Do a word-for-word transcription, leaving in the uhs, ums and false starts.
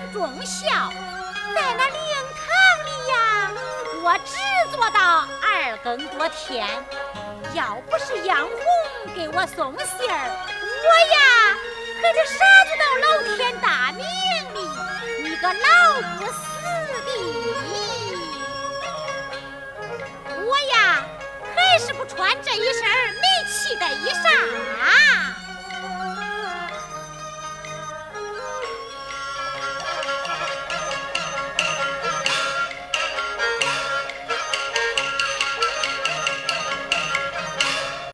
忠孝，在那灵堂里呀，我只做到二更多天。要不是杨红给我送信儿，我呀可就杀猪到老天大明里，你个老不死的！我呀还是不穿这一身没气的衣裳。